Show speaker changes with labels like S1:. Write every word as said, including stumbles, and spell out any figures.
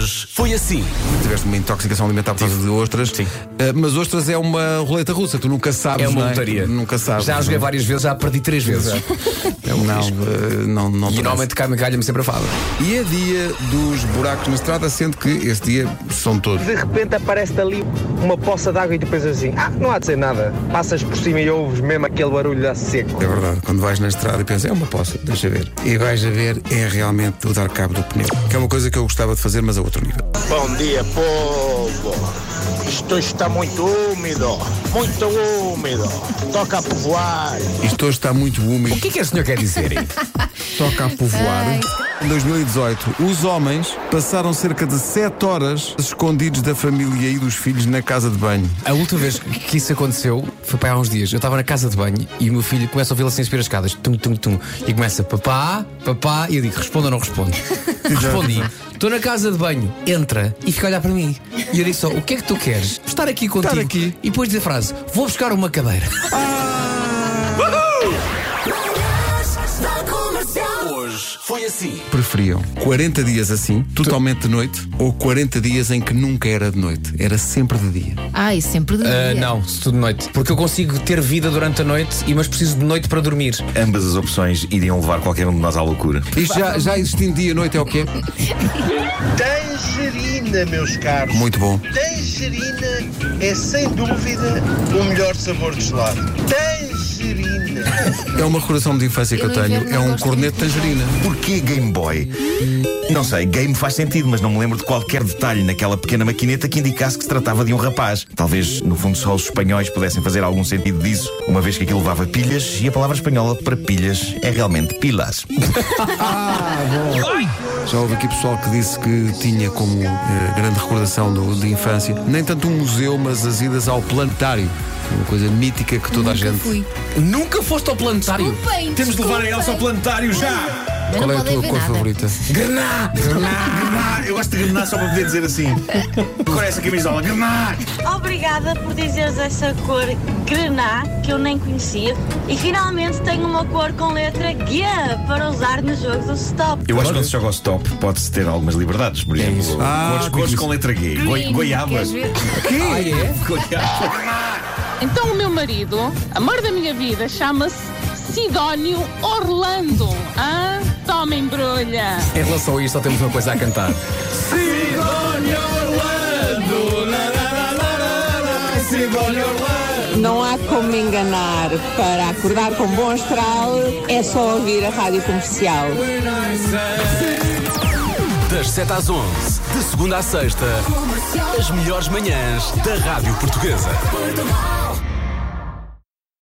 S1: Hoje foi assim.
S2: Tiveste uma intoxicação alimentar por causa de ostras.
S1: Sim.
S2: Uh, mas ostras é uma roleta russa, tu nunca sabes.
S1: É uma
S2: não
S1: lotaria.
S2: Nunca sabes.
S1: Já joguei várias vezes, já perdi três vezes.
S2: É um não, uh, não, não.
S1: E normalmente cai-me calha-me sempre a fada.
S2: E é dia dos buracos na estrada, sendo que esse dia são todos.
S3: De repente aparece-te ali uma poça de água e tu pensas assim, ah, não há de ser nada. Passas por cima e ouves mesmo aquele barulho a seco.
S2: É verdade, quando vais na estrada e pensas, é uma poça, deixa ver. E vais a ver, é realmente o dar cabo do pneu. Que é uma coisa que eu gostava de fazer, mas a outro nível.
S4: Bom dia, povo. Isto está muito úmido, muito úmido. Toca a povoar.
S2: Isto hoje está muito úmido.
S1: O que é que o senhor quer dizer?
S2: Toca a povoar. Em dois mil e dezoito, os homens passaram cerca de sete horas escondidos da família e dos filhos na casa de banho.
S1: A última vez que isso aconteceu foi para há uns dias. Eu estava na casa de banho e o meu filho começa a ouvi-lo assim subir as escadas. Tum, tum, tum. E começa, papá, papá. E eu digo, responde ou não responde? Respondi, estou na casa de banho. Entra e fica a olhar para mim. E eu disse só, o que é que tu queres? Estar aqui contigo.
S2: Estar aqui.
S1: E depois diz a frase, vou buscar uma cadeira. Hoje foi assim.
S2: Preferiam quarenta dias assim, totalmente de noite, ou quarenta dias em que nunca era de noite, era sempre de dia?
S5: Ai, sempre de dia.
S1: Uh, não, se tudo de noite. Porque eu consigo ter vida durante a noite, e mas preciso de noite para dormir.
S6: Ambas as opções iriam levar qualquer um de nós à loucura.
S2: Isto já, já existindo dia e noite é o quê?
S4: Tangerina, meus caros.
S2: Muito bom.
S4: Tangerina é sem dúvida o melhor sabor de gelado. Tangerina.
S2: É uma recordação de infância que eu,
S5: Eu no
S2: tenho,
S5: inverno
S2: é
S5: não
S2: um
S5: gosto
S2: corneto de tangerina.
S6: Porquê Game Boy? Não sei, game faz sentido, mas não me lembro de qualquer detalhe naquela pequena maquineta que indicasse que se tratava de um rapaz. Talvez, no fundo, só os espanhóis pudessem fazer algum sentido disso, uma vez que aquilo levava pilhas, e a palavra espanhola para pilhas é realmente pilas.
S2: Ah, bom. Já houve aqui pessoal que disse que tinha como eh, grande recordação do, de infância, nem tanto um museu, mas as idas ao planetário. Uma coisa mítica que toda
S5: Nunca
S2: a gente.
S5: fui.
S1: Nunca foste ao planetário?
S5: Desculpem,
S6: Temos de levar a
S5: desculpem.
S6: Elsa ao planetário já!
S5: Mas
S2: Qual
S5: não
S2: é a
S5: podem
S2: tua
S5: ver
S2: cor
S5: nada.
S2: favorita?
S1: Grená!
S6: Grená! Eu gosto de grená só para poder dizer assim. Cor é essa camisola? Grená!
S7: Obrigada por dizeres essa cor grená que eu nem conhecia e finalmente tenho uma cor com letra G para usar no jogo do stop.
S6: Eu acho que quando se joga ao stop pode-se ter algumas liberdades. Por exemplo,
S2: isso. Ah,
S6: cores, cores
S2: isso.
S6: com letra G. Goi, goiaba.
S5: Queres ver?
S1: Ah, é?
S6: Goiaba.
S8: Então o meu marido, amor da minha vida, chama-se Sidónio Orlando. Ah, toma embrulha.
S1: Em relação a isto, só temos uma coisa a cantar. Sidónio Orlando, la, la, la, la, la, la, Sidónio Orlando.
S9: Não há como me enganar. Para acordar com bom astral é só ouvir a rádio comercial.
S1: Das sete às onze, de segunda à sexta, as melhores manhãs da Rádio Portuguesa.